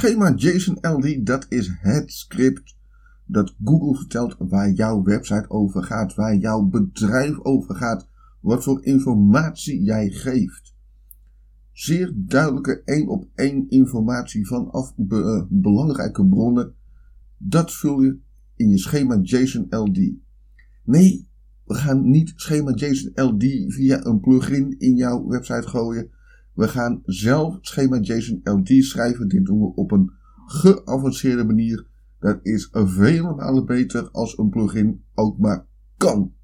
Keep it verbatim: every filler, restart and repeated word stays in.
Schema JSON L D, dat is het script dat Google vertelt waar jouw website over gaat, waar jouw bedrijf over gaat, wat voor informatie jij geeft. Zeer duidelijke één op één informatie vanaf be- uh, belangrijke bronnen, dat vul je in je schema JSON L D. Nee, we gaan niet schema JSON L D via een plugin in jouw website gooien. We gaan zelf schema JSON L D schrijven. Dit doen we op een geavanceerde manier. Dat is vele malen beter als een plugin ook maar kan.